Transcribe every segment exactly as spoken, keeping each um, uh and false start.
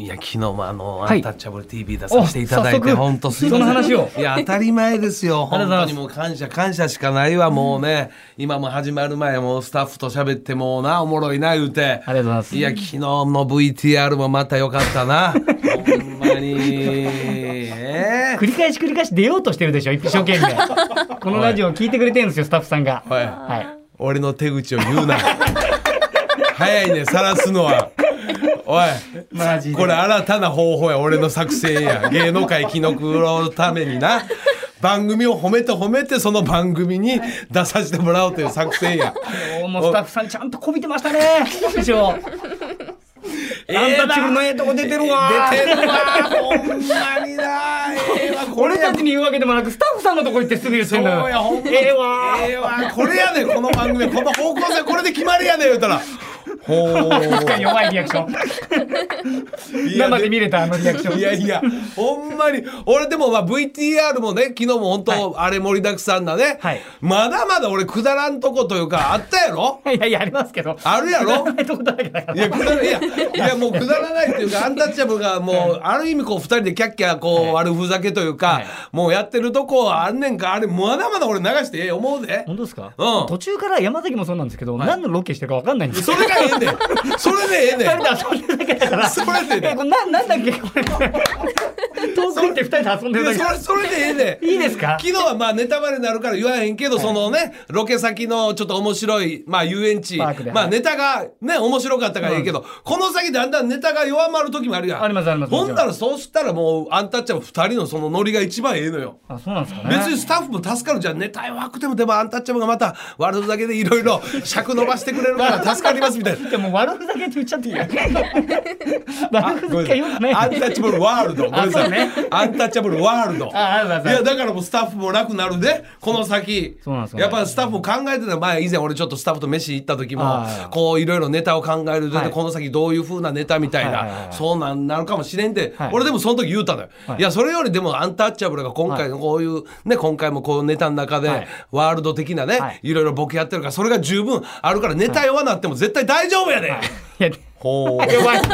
いや昨日もあの、 はい、 アンタッチャブル ティーブイ 出させていただいて本当すいません。 その話をいや当たり前ですよ。本当にもう感謝感謝しかないわ。もうね、うん、今も始まる前もうスタッフと喋ってもうなおもろいな言うて、 ありがとうございます。 いや昨日の ブイティーアール もまた良かったなほんまに、えー、 繰り返し繰り返し出ようとしてるでしょ一生懸命このラジオを聞いてくれてるんですよスタッフさんが。 はい、はい、俺の手口を言うな早いね晒すのは。おいマジでこれ新たな方法や。俺の作戦や。芸能界生き残るためにな番組を褒めて褒めてその番組に出させてもらおうという作戦や。 もうスタッフさんちゃんとこびてましたね師匠。えー、アンタッチャブルのええとこ出てるわ出てるわほんまにな、えー、わ俺たちに言うわけでもなくスタッフさんのとこ行ってすぐ言ってんのよ。 そうやほんまええわええわこれやねんこの番組この方向性これで決まりやねん言うたらほー弱いリアクション生で見れたあのリアクション。 いやいやほんまに俺でもまあ ブイティーアール もね昨日も本当、はい、あれ盛りだくさんだね、はい、まだまだ俺くだらんとこというかあったやろ。 いやいやありますけどあるやろ。 くだらないとこだらけだから。 いやくだらいやいやもうくだらないっていうかアンタッチャブルがもう、はい、ある意味こうふたりでキャッキャこう、はい、悪ふざけというか、はい、もうやってるとこあんねんか。あれまだまだ俺流してええ思うで。 本当ですか、 うん、 途中から山崎もそうなんですけど、はい、何のロケしてるか分かんないんですよ。 それがええねんそれでええねん。 ふたりで遊んでるだけだから。それでええねん。な、なんだっけこれ遠く行ってふたりで遊んでるだけ。 それそれでええねん。 いいですか。 昨日はまあネタバレになるから言わへんけど、はい、そのねロケ先のちょっと面白いまあ遊園地、まあネタがね面白かったからいいけど、うん、この先だんだんネタが弱まる時もあるやん。 ありますあります。 ほんだらそうしたらもうアンタッチャブルふたりのそのノリが一番ええのよ。 あ、そうなんですかね。 別にスタッフも助かるじゃん。ネタ弱くてもでもアンタッチャブルがまた悪ふざけでいろいろ尺伸ばしてくれるから助かりますみたいな。 でも悪ふざけって言っちゃっていいよ。悪ふざけよくない。 アンタッチャブルワールド。ごめんなさいね。アンタッチャブルワールド。 ああ、 いやだからもうスタッフも楽になるでこの先。そうなんですかね。やっぱりスタッフも考えてた前以前俺ちょっとスタッフと飯行った時もこういろいろネタを考えるで、はい、この先どういう風なネタみたいな、はいはいはいはい、そうなんなるかもしれんで、はい、俺でもその時言うたのよ、はい、いやそれよりでもアンタッチャブルが今回のこういう、はい、ね今回もこうネタの中で、はい、ワールド的なね、はい、いろいろボケやってるからそれが十分あるからネタ弱なっても絶対大丈夫やで、はい、いやほー弱い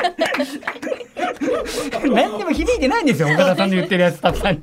何にも響いてないんですよ岡田さんの言ってるやつスタッフさんに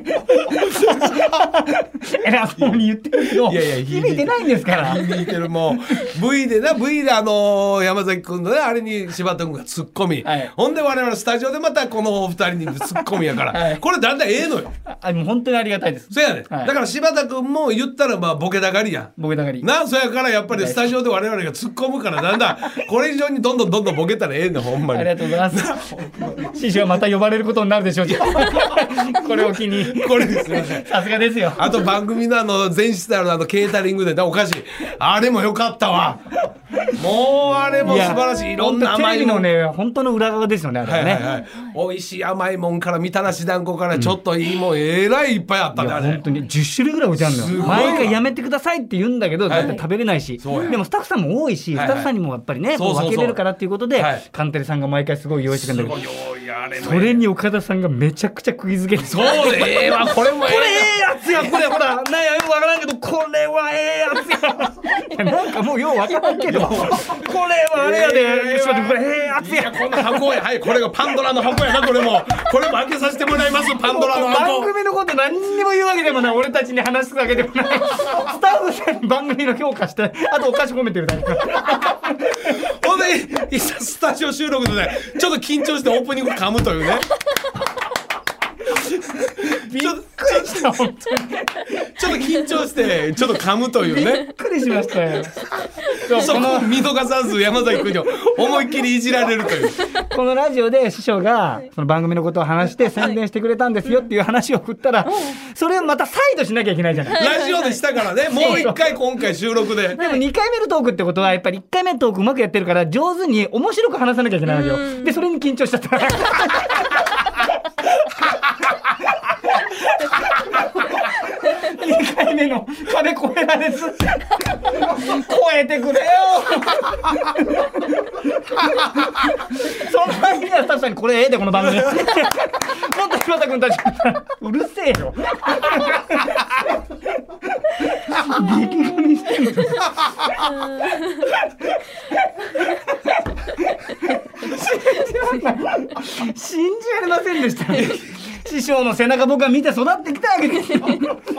偉そうに言ってるけどいやいや響いてないんですから。 響いてる。もう V でな V であのー、山崎君のねあれに柴田君がツッコミ、はい、ほんで我々スタジオでまたこのお二人にツッコミやから、はい、これだんだんええのよ。 あもう本当にありがたいです。 そうやね、はい、だから柴田君も言ったらまあボケたがりやん。 ボケたがりな。そやからやっぱりスタジオで我々が突っ込むからだんだんこれ以上にどんどんどんどんボケたらええのほんまに。 ありがとうございます師匠また呼ばれることになるでしょうこれを機に。 これですいませんさすがですよ。 あと番組のあの前室であるあのケータリングでお菓子あれもよかったわもうあれも素晴らしい。いろんな甘いもんテレビのね本当の裏側ですよねあれはね、はいはいはい、 美味しい甘いもんからみたらし団子からちょっといいもん、うん、えらいいっぱいあったねあれ。 本当にじゅっしゅるいぐらい置いてあるのよ。毎回やめてくださいって言うんだけど、はい、だって食べれないし、でもスタッフさんも多いし、はいはい、スタッフさんにもやっぱりねこう分けれるからっていうことで、はい、カンテレさんが毎回すごい用意してくれるんだけど、それに岡田さんがめちゃくちゃ釘付けて、 そうでええわこれもええこれええやつやこれほらなんやよくわからんけどこれはええやつやなんかもうようわからんけどこれはあれやで、えー、これええやつや。 いやこんな箱やはいこれがパンドラの箱やなこれもこれも開けさせてもらいますパンドラの箱。 番組のこと何にも言うわけでもない俺たちに話すわけでもないスタッフさんに番組の評価してあとお菓子褒めてるだけほんでいざスタジオ収録でねちょっと緊張してオープニング噛むというねびっくりした本当にちょっと緊張してちょっと噛むというね。 びっくりしましたよそこ見逃さず山崎君に思いっきりいじられるというこのラジオで師匠がその番組のことを話して宣伝してくれたんですよっていう話を振ったらそれをまた再度しなきゃいけないじゃない。 ラジオでしたからねもう一回今回収録で。 でもにかいめのトークってことはやっぱりいっかいめのトークうまくやってるから上手に面白く話さなきゃいけないわけよ。でそれに緊張しちゃったにかいめの壁越えられず超えてくれよその前にはスタッフさんにこれええでこの番組もっと柴田君たちうるせえよ激踏みしてんの信じら信じられませんでした。師匠の背中僕は見て育ってきたわけですよ。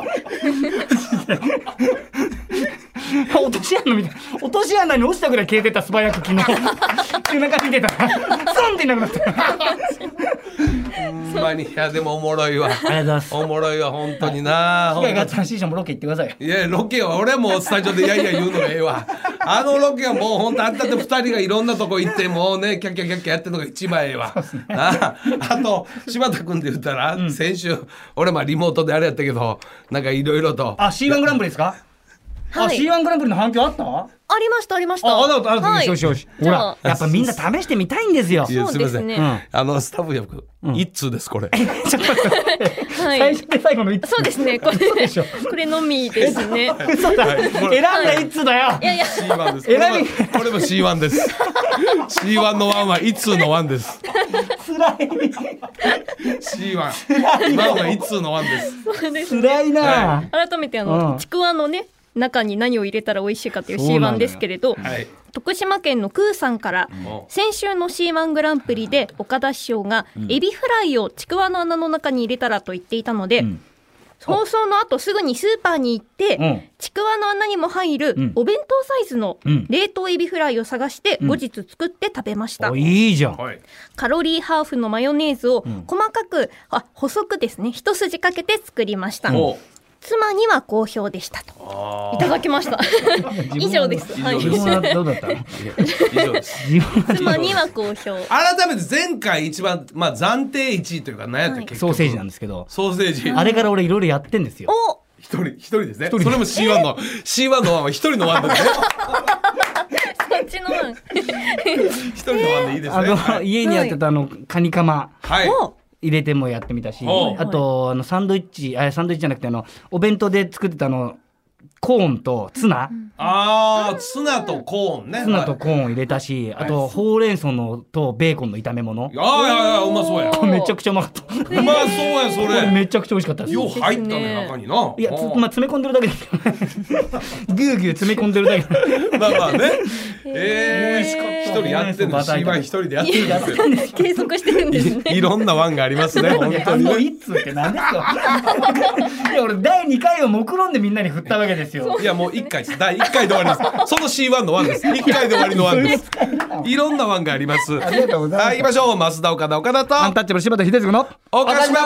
落とし穴みたいな、落とし穴に落ちたぐらい消えてた、素早く昨日背中見てたらスンっていなくなったほんまに。いやでもおもろいわ。 ありがとうございます。 おもろいわ本当にな。 機会があったら師匠もロケ行ってください。 いやロケは俺もスタジオでいやいや言うのがええわ。あのロケはもう本当あんたってふたりがいろんなとこ行ってもうねキャッキャキャッキャやってるのが一番ええわ。あ, あと柴田君で言ったら、うん、先週俺まあリモートであれやったけどなんかいろいろと。 あ シーワン グランプリですか。はい、あ シーワン グランプリの反響あった？ ありましたありました。 ああああ、はい、よしよし。ほらやっぱみんな試してみたいんですよ。 いやすみません、 ね、 うん、あのスタッフ役、うん、一通ですこれ。ちょっと待ってはい、 最初で最後の一通。 そうですねこれこれのみですね。 嘘だ、はい、選んだ一通だよ。 いやいやシーワン です。これもこれも シーワン です。シーワン のワンは一通のワンです。 つらいシーワン ワンは一通のワンです。 そうです、 ね、つらいな、 はい、改めてあの、うん、ちくわのね中に何を入れたら美味しいかという シーワン ですけれど、はい、徳島県のクーさんから、うん、先週の シーワン グランプリで岡田師匠が、うん、エビフライをちくわの穴の中に入れたらと言っていたので、うん、放送の後すぐにスーパーに行って、うん、ちくわの穴にも入るお弁当サイズの冷凍エビフライを探して後日作って食べました、 うん、いいじゃん。 カロリーハーフのマヨネーズを細かく、うん、あ細くですね一筋かけて作りました、うん妻には好評でしたといただきました以上です。 自分はどうだったの？ 以上です。 妻には好評。 改めて前回一番、まあ、暫定いちいというか何やったっけ、はい、 ソーセージなんですけどソーセージあれから俺いろいろやってんですよ。 お一人一人ですね。それも シーワン の シーワン のワンは一人のワンですね。 そっちのワン一人のワンでいいですね。 あの、はい、家にやってたあのカニカマ、 はい、 入れてもやってみたし、あとあのサンドイッチあサンドイッチじゃなくてあのお弁当で作ってたあのコーンとツナ、うん、 あーツナとコーンね。 ツナとコーン入れたし、はい、あとほうれん草のとベーコンの炒め物。 あーいやいやうまそうや。 めちゃくちゃうまかった。 うまそうやそれ。 めちゃくちゃ美味しかったです。 よう入ったね中にな。 いやつ、まあ、詰め込んでるだけですけどね。ぎゅうぎゅう詰め込んでるだけ。 まあまあね。えー、美味しかった。一人やってるの シーワン 一人でやってるんですよ。 計測してるんですね。 い, いろんなワンがありますね本当に、ね。 一通って何ですか。いや俺だいにかいを目論んでみんなに振ったわけですよ。 いやもういっかいです。だいいっかいで終わりです。その シーワン のワンです。いっかいで終わりのワンです。いろんなワンがあります。 ありがとうございます。 はい行きましょう。増田岡田岡田とアンタッチャブル柴田秀嗣の岡島。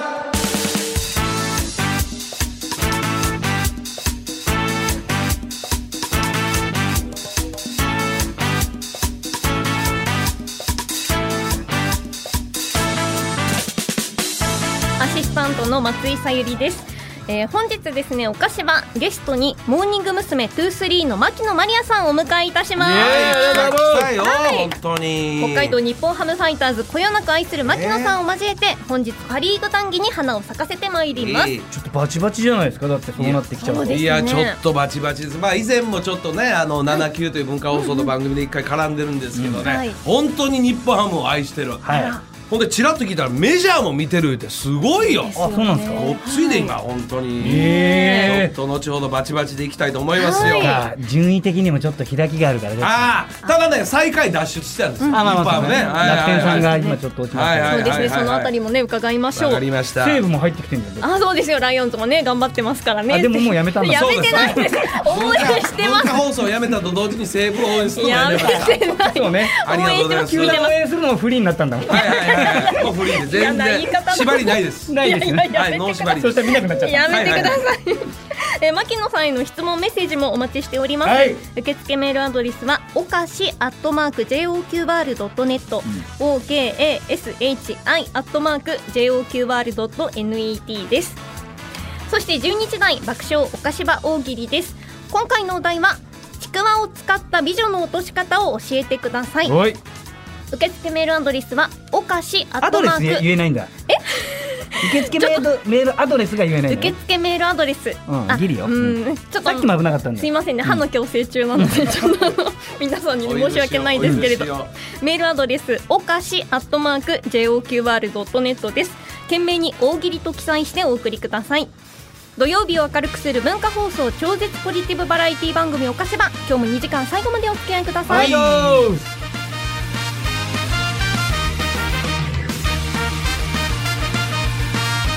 アシスタントの松井さゆりです。えー、本日ですねおかしばゲストにモーニング娘。にじゅうさんの牧野真莉愛さんをお迎えいたします。 本当に北海道日本ハムファイターズこよなく愛する牧野さんを交えて本日パリーグ談義に花を咲かせてまいります、えー、 ちょっとバチバチじゃないですか。だってそうなってきちゃうと。 いや、ね、いやちょっとバチバチです。まあ以前もちょっとねあのななきゅうという文化放送の番組で一回絡んでるんですけどね、うんはい、本当に日本ハムを愛してる、はいほんでチラッと聞いたらメジャーも見てるってすごいよ。 あ、そうなんですか。 ごっついで今本当に、 えー、 ちょっと後ほどバチバチでいきたいと思いますよ。 順位的にもちょっと開きがあるからです、ね、 ああただね最下位脱出してたんですよ、うん、 あまあまあまあね楽天さんが今ちょっと落ちました、 そうですねそのあたりもね伺いましょう。 わかりました。 西武も入ってきてるんだよ。 あそうですよライオンズもね頑張ってますからね。 あでももうやめたんだ。 やめてないです。応援してます。 文化放送やめたと同時に西武を応援するのやめました。 そうねありがとうございます。 球団応援するのもフリーになったんだもん。 はいはいはいもうフリーで全然縛りないです。 ないですね。 はいノー縛り。 そしたら見なくなっちゃった。 やめてください。え牧野さんへの質問メッセージもお待ちしております、はい、受付メールアドレスはおかしアットマーク ジェイオーキューアールドットネット、うん、オーケーエーエスエイチアイ アットマーク ジェイオーキューアールドットネット です。そしてじゅうにじ台爆笑おかしば大喜利です。今回のお題はちくわを使った美女の落とし方を教えてください。 おい受付メールアドレスはおかしアットマークアドレス言えないんだ。え受付メールメールアドレスが言えないの。 受付メールアドレス、 うん、ギリよ、うん、ちょっとさっきも危なかったんですいませんね、歯の矯正中なのでちょっと皆さんに申し訳ないですけれどメールアドレスおかしアットマーク ジェイオーキューアールドットネット です。懸命に大喜利と記載してお送りください。土曜日を明るくする文化放送超絶ポジティブバラエティ番組おかしば、今日もにじかん最後までお付き合いください。はい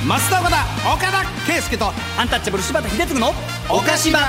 増田岡田岡田圭佑とアンタッチャブル柴田秀嗣の岡島。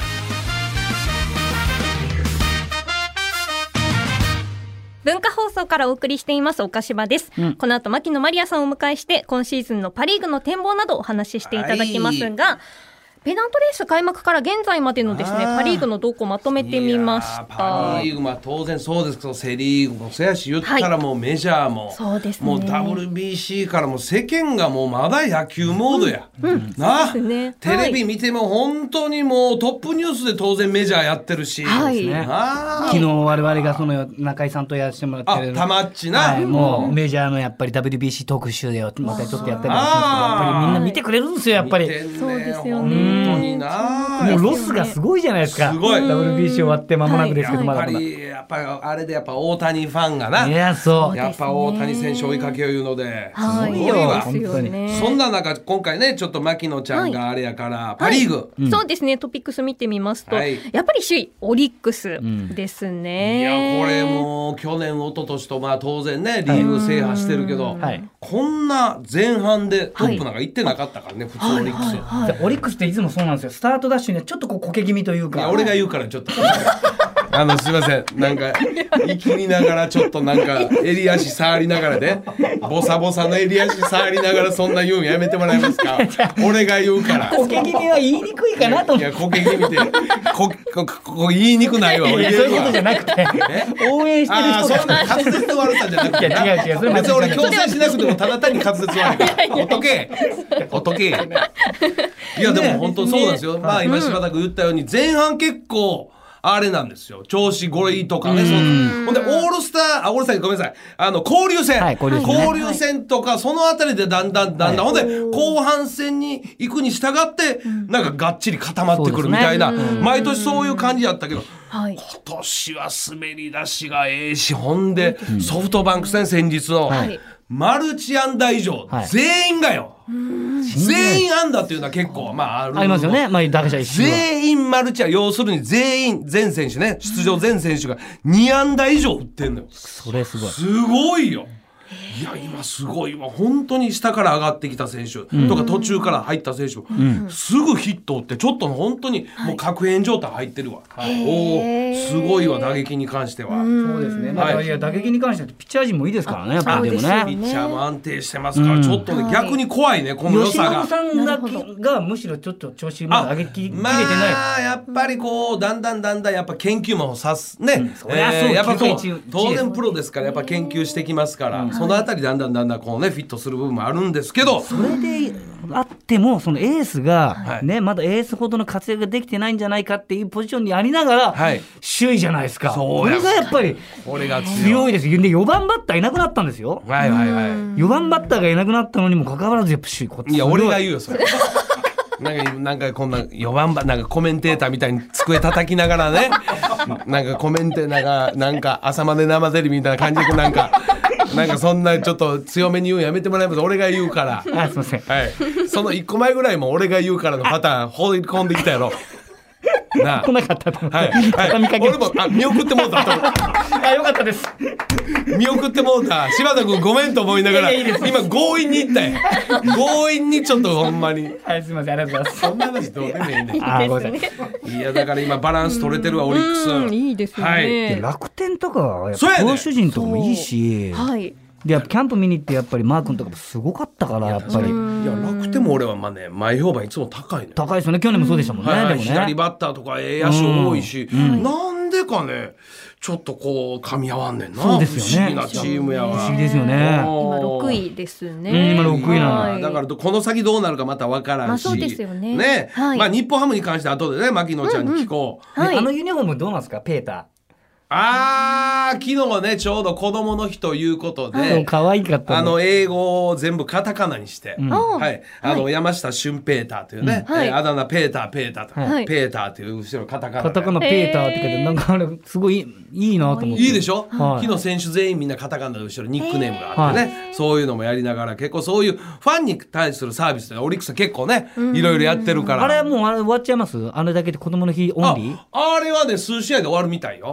文化放送からお送りしています岡島です、うん、この後牧野マリアさんをお迎えして今シーズンのパリーグの展望などお話ししていただきますが、はい、ペナントレース開幕から現在までのですねパリーグの動向をまとめてみました。 パリーグは当然そうですけどセリーグもそうやし言ったらもうメジャーも、はい、そうですね、もう ダブリュービーシー からも世間がもうまだ野球モードや、うんうん、な、そうですね、テレビ見ても本当にもうトップニュースで当然メジャーやってるし、 はい、ね、昨日我々がその中井さんとやらせてもらってるあタマッチな、 はい、もうメジャーのやっぱり ダブリュービーシー 特集でまたちょっとやったりもしますけど、やっぱりみんな見てくれるんですよやっぱり、ね、 そうですよね、 本当にな、 もうロスがすごいじゃないですか。 すごいダブリュービーシー 終わって間もなくですけど、まだまだやっぱりあれでやっぱ大谷ファンがな、 いやそうやっぱ大谷選手追いかけよういうので、 はい、 すごいわ、 本当に。 そんな中今回ねちょっと牧野ちゃんがあれやから、はい、パリーグ、 はい、そうですね、トピックス見てみますと、はい、やっぱり首位オリックスですね、 うん、いやこれもう去年一昨年とまあ当然ねリーグ制覇してるけど、はい、こんな前半でトップなんか行ってなかったからね、はい、普通オリックス、はいはいはい、 オリックスっていつもそうなんですよ。スタートダッシュにはちょっとこうこけ気味というか、 いや俺が言うからちょっとあのすいません、なんか生きりながらちょっとなんか襟足触りながらでボサボサの襟足触りながらそんな言うのやめてもらえますか俺が言うから。 こけ気味は言いにくいかなと思って。 いやこけ気味ってこここ言いにくないわ。俺いやそういうことじゃなくて応援してる人が、 あそんな滑舌悪さじゃなくて、いや違う違う、それ別に俺強制しなくてもただ単に滑舌悪いからほっとけほっとけ。いやでも本当そうなんですよ、まあ今柴田君言ったように前半結構あれなんですよ、調子ごいとかね、そのほんでオールスターあオールスターごめんなさい、あの交流戦、はい、交流戦、交流戦とかそのあたりでだんだんだんだん、はい、ほんで後半戦に行くに従ってなんかがっちり固まってくるみたいな、ね、毎年そういう感じやったけど、はい、今年は滑り出しがええし、ほんでソフトバンク戦先日の、はい、マルチ安打以上、はい、全員がよ、全員安打っていうのは結構まああるありますよね、まあ、だけじゃ一緒全員マルチは要するに全員全選手ね、出場全選手がに安打以上打ってんのよ。 それすごいすごいよ。いや今すごいわ、本当に下から上がってきた選手とか途中から入った選手も、うん、すぐヒット打ってちょっと本当にもう確変状態入ってるわ、はい、おすごいわ、打撃に関しては。 そうですね、まあ、いや打撃に関してはピッチャー陣もいいですからね、やっぱりでもね、 ピッチャーも安定してますから、うん、ちょっとね逆に怖いね、この良さが。 吉野さんだけがむしろちょっと調子まだ上げきれてない。 まあやっぱりこうだんだんだんだんやっぱ研究もさすね、うん、そりゃそう、 えー、やっぱそう当然プロですからやっぱ研究してきますから、うん、そのあたりだんだんだんだんこうねフィットする部分もあるんですけど、 それであってもそのエースがね、はい、まだエースほどの活躍ができてないんじゃないかっていうポジションにありながら、はい、首位じゃないですか。これがやっぱり強いですよ。でよばんバッターいなくなったんですよ、 はいはいはい、 よばんバッターがいなくなったのにもかかわらずやっぱ首位こっち。 いや俺が言うよそれなんかなんかこんなよばんばなんかコメンテーターみたいに机叩きながらねなんかコメンテーターがなんか朝まで生テレビみたいな感じでなんかなんかそんなちょっと強めに言うのやめてもらえます。俺が言うから。 あすいません、 はい、そのいっこまえぐらいも俺が言うからのパターン放り込んできたやろなあ来なかったと思って、はいはい、俺もあ見送ってもうたとあよかったです見送ってもうた柴田君ごめんと思いながらいやいい今強引に言ったよ強引にちょっとほんまにはいすいませんありがとうございます。 そんな話どうでもいいねあごめんなさい。いやだから今バランス取れてるわオリックス。 いいですね、はい、 楽天とかやっぱ投手陣とかもいいし、はいでやっぱキャンプ見に行ってやっぱりマー君とかもすごかったからやっぱり。いや楽天も俺はまあね前評判いつも高いね。 高いですよね。去年もそうでしたもんね。 はい、 でもね左バッターとかええ野手多いし、うん、なんでかねちょっとこう噛み合わんねんな。 そうですよね。 不思議なチームやわ。 不思議ですよね。 今ろくいですね。 うん、今ろくいなんだ。だからこの先どうなるかまた分からんし。まあそうですよね。 ね、はい、まあ日本ハムに関して後でね牧野ちゃんに聞こう。 うんうんはい、あのユニフォームどうなんですかペーター。 あー昨日ねちょうど子供の日ということで可愛かった、ね、 あの英語を全部カタカナにして、うんはいあのはい、山下俊ペーターというね、うんはい、あだ名ペーターペーターと、はい、ペーターという後ろカタカナカタカナペーターって書いてなんかあれすごいいいなと思っていいでしょ、はい、昨日選手全員みんなカタカナの後ろニックネームがあってねそういうのもやりながら結構そういうファンに対するサービスでオリックスは結構ねいろいろやってるからあれもうあれ終わっちゃいますあれだけで子供の日オンリーあ, あれはね数試合で終わるみたいよ。 そう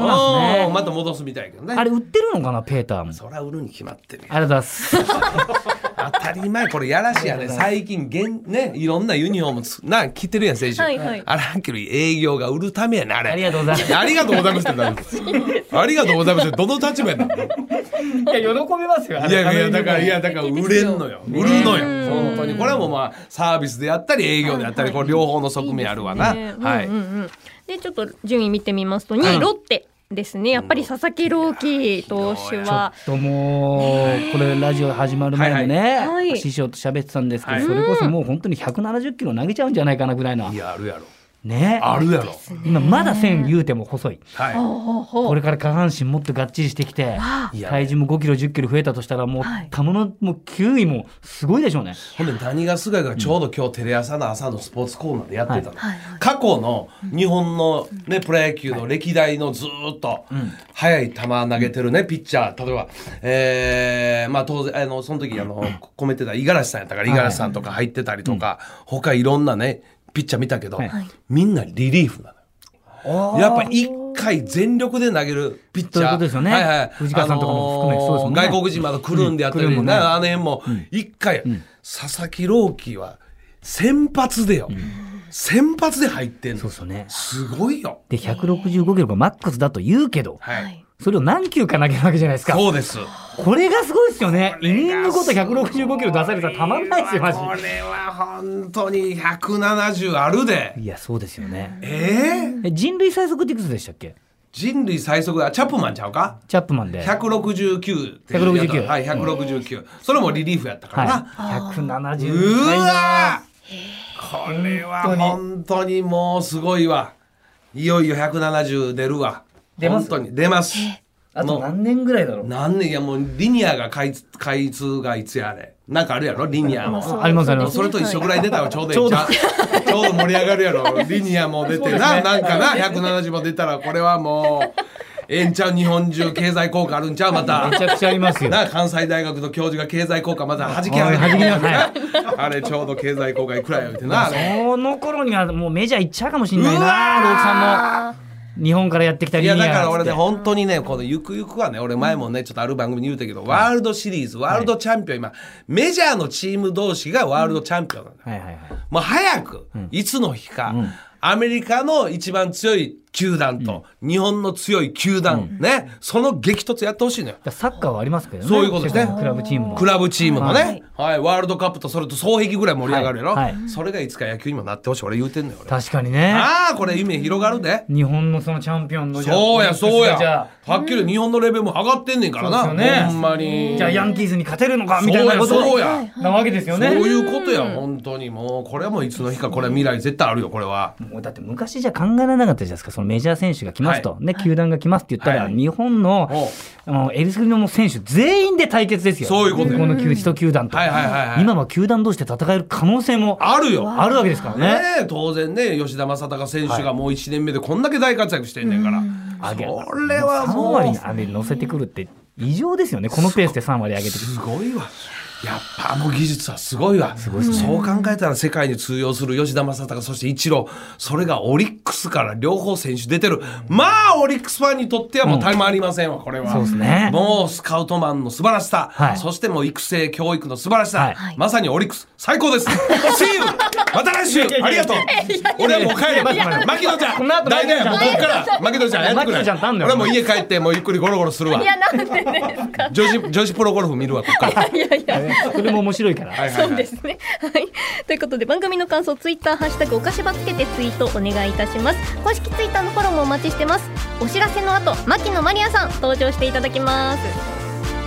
そうなんですね。 また戻すみたいけどね。 あれ売ってるのかな、ペーターも。 そりゃ売るに決まってる。 ありがとうございます。 当たり前、これやらしいやね。最近げんね、いろんなユニフォームつな着てるやん選手、はいはい、あらんけど営業が売るためやねあれ。 ありがとうございます。 ありがとうございますってなる。ありがとうございますってどの立場やねん。 いや喜びますよ。 いやいやだからいやだから売れんのよ、売るのよ本当に。これはもうまあサービスであったり営業であったり、これ両方の側面あるわな。はい。 でちょっと順位見てみますとにいロッテですね。やっぱり佐々木朗希投手はちょっともうこれラジオ始まる前にね、はいはい、師匠と喋ってたんですけど、はい、それこそもう本当にひゃくななじゅっキロ投げちゃうんじゃないかなぐらいな。 いやあるやろね、 あるやろ。 今まだ線言うても細い、 はい、 これから下半身もっとがっちりしてきて体重もごキロじゅっキロ増えたとしたらもう球のもう球威もすごいでしょうね。 ほんで谷川菅がちょうど今日テレ朝の朝のスポーツコーナーでやってたの、はい、過去の日本の、ね、プロ野球の歴代のずっと速い球投げてるねピッチャー、例えば、えーまあ、当然あのその時あの込めてた五十嵐さんやったから五十嵐さんとか入ってたりとか、他いろんなねピッチャー見たけど、はい、みんなリリーフなのよ。やっぱり一回全力で投げるピッチャー、そういうことですよね、はいはい、 藤川さんとかも含めてそうですもんね。 外国人まだ来るんであったり、うんね、あの辺も一回、うん、佐々木朗希は先発でよ、うん、先発で入ってんの。 そうそう、ね、 すごいよ。 でひゃくろくじゅうごキロがマックスだと言うけど、はい、それを何球か投げるわけじゃないですか。 そうです。 これがすごいですよね。イニングごとひゃくろくじゅうごキロ出されたらたまんないですよマジ。 これは本当にひゃくななじゅうあるで。 いやそうですよね。 えー、 人類最速っていくつでしたっけ。 人類最速はチャップマンちゃうか。 チャップマンでひゃくろくじゅうきゅうひゃくろくじゅうきゅう、 はいひゃくろくじゅうきゅう、うん、それもリリーフやったからな、 はい、ひゃくななじゅう。 うわこれは本当にもうすごいわ。いよいよひゃくななじゅう出るわ。 出ます。 本当に出ます。 あと何年ぐらいだろう。 何年。いやもうリニアが開通開通がいつやれなんかあるやろリニアも。 ありますあります。 それと一緒ぐらい出たらちょうどいいちゃうちょうど盛り上がるやろリニアも出てな、なんかなひゃくななじゅうも出たらこれはもうええんちゃう。日本中経済効果あるんちゃう。まためちゃくちゃありますよな。関西大学の教授が経済効果また弾き上げてあれちょうど経済効果いくらやってな。 その頃にはもうメジャー行っちゃうかもしれないな朗希さんも。日本からやってきたリニア。 いやだから俺ね本当にねこのゆくゆくはね、俺前もねちょっとある番組に言うたけど、ワールドシリーズワールドチャンピオン、今メジャーのチーム同士がワールドチャンピオンなんだ、はいはいはい、もう早く、うん、いつの日か、うん、アメリカの一番強い球団と、うん、日本の強い球団、うん、ね、その激突やってほしいのよ。 サッカーはありますけどね。 そういうことですね。 クラブチームのクラブチームのね、はいはい、ワールドカップとそれと双璧ぐらい盛り上がるやろ、はいはい、それがいつか野球にもなってほしい俺言うてんのよ俺。 確かにね。 ああこれ夢広がるで。 日本のそのチャンピオンのそうやそうやはっきり日本のレベルも上がってんねんからな、うんね、ほんまに。 じゃあヤンキースに勝てるのかみたいなことそうやなわけですよね。 そういうことや、うん、本当にもうこれはもういつの日かこれは未来絶対あるよこれは。 もうだって昔じゃ考えられなかったじゃないですか。そのメジャー選手が来ますと、はい、ね、球団が来ますって言ったら、はい、日本のあのエリスグリの選手全員で対決ですよ。 そういうことこの一球団と、はいはいはいはい、今は球団同士で戦える可能性もあるよあるわけですから ね, ね当然ね。吉田正尚選手がもういちねんめでこんだけ大活躍してんねんから、はい、それはもうさんわりに乗せてくるって異常ですよね。このペースでさんわり上げてくる。 すごいわ。やっぱあの技術はすごいわ。すごいですね。そう考えたら世界に通用する吉田正尚、そしてイチロー、それがオリックスから両方選手出てる。まあオリックスファンにとってはもうたまりませんわこれは、うん、そうですね。もうスカウトマンの素晴らしさ、はい、そしてもう育成教育の素晴らしさ、はい、まさにオリックス最高です。See you また来週ありがとう。俺はもう帰る。牧野ちゃん大体もうこっから牧野ちゃんやってくれ。俺はもう家帰ってもうゆっくりゴロゴロするわ。 いやなんでですか。 女子女子プロゴルフ見るわこっから。いやいやそれも面白いから。はいはいはい、 そうですね、はい、ということで番組の感想ツイッターハッシュタグおかしばつけてツイートお願いいたします。公式ツイッターのフォローもお待ちしてます。お知らせの後牧野マリアさん登場していただきます。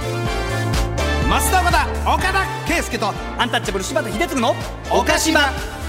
増田岡田岡田圭佑とアンタッチャブル柴田秀嗣のおかしば。